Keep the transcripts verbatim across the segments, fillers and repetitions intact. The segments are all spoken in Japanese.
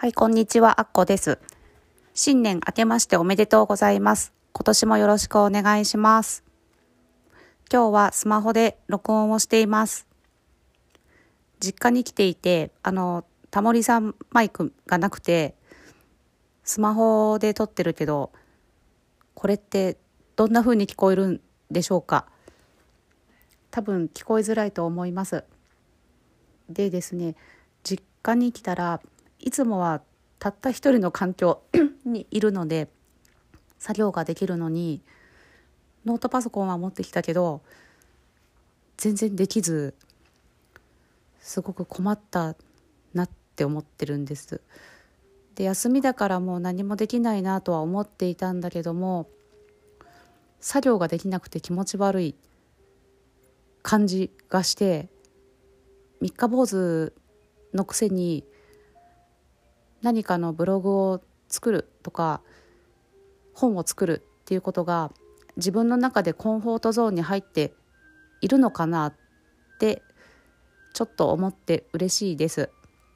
はい、こんにちは、あっこです。新年明けましておめでとうございます。今年もよろしくお願いします。今日はスマホで録音をしています。実家に来ていて、あの、タモリさんマイクがなくて、スマホで撮ってるけど、これってどんな風に聞こえるんでしょうか。多分聞こえづらいと思います。でですね、実家に来たら、いつもはたった一人の環境にいるので作業ができるのに、ノートパソコンは持ってきたけど全然できず、すごく困ったなって思ってるんです。で、休みだからもう何もできないなとは思っていたんだけども、作業ができなくて気持ち悪い感じがして、三日坊主のくせに何かのブログを作るとか本を作るっていうことが自分の中でコンフォートゾーンに入っているのかなってちょっと思って嬉しいです。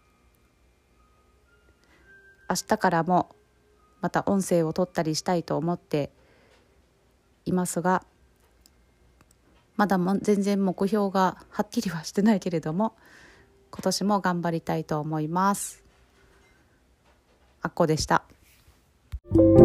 明日からもまた音声を取ったりしたいと思っていますが、まだも全然目標がはっきりはしてないけれども、今年も頑張りたいと思います。あっこでした。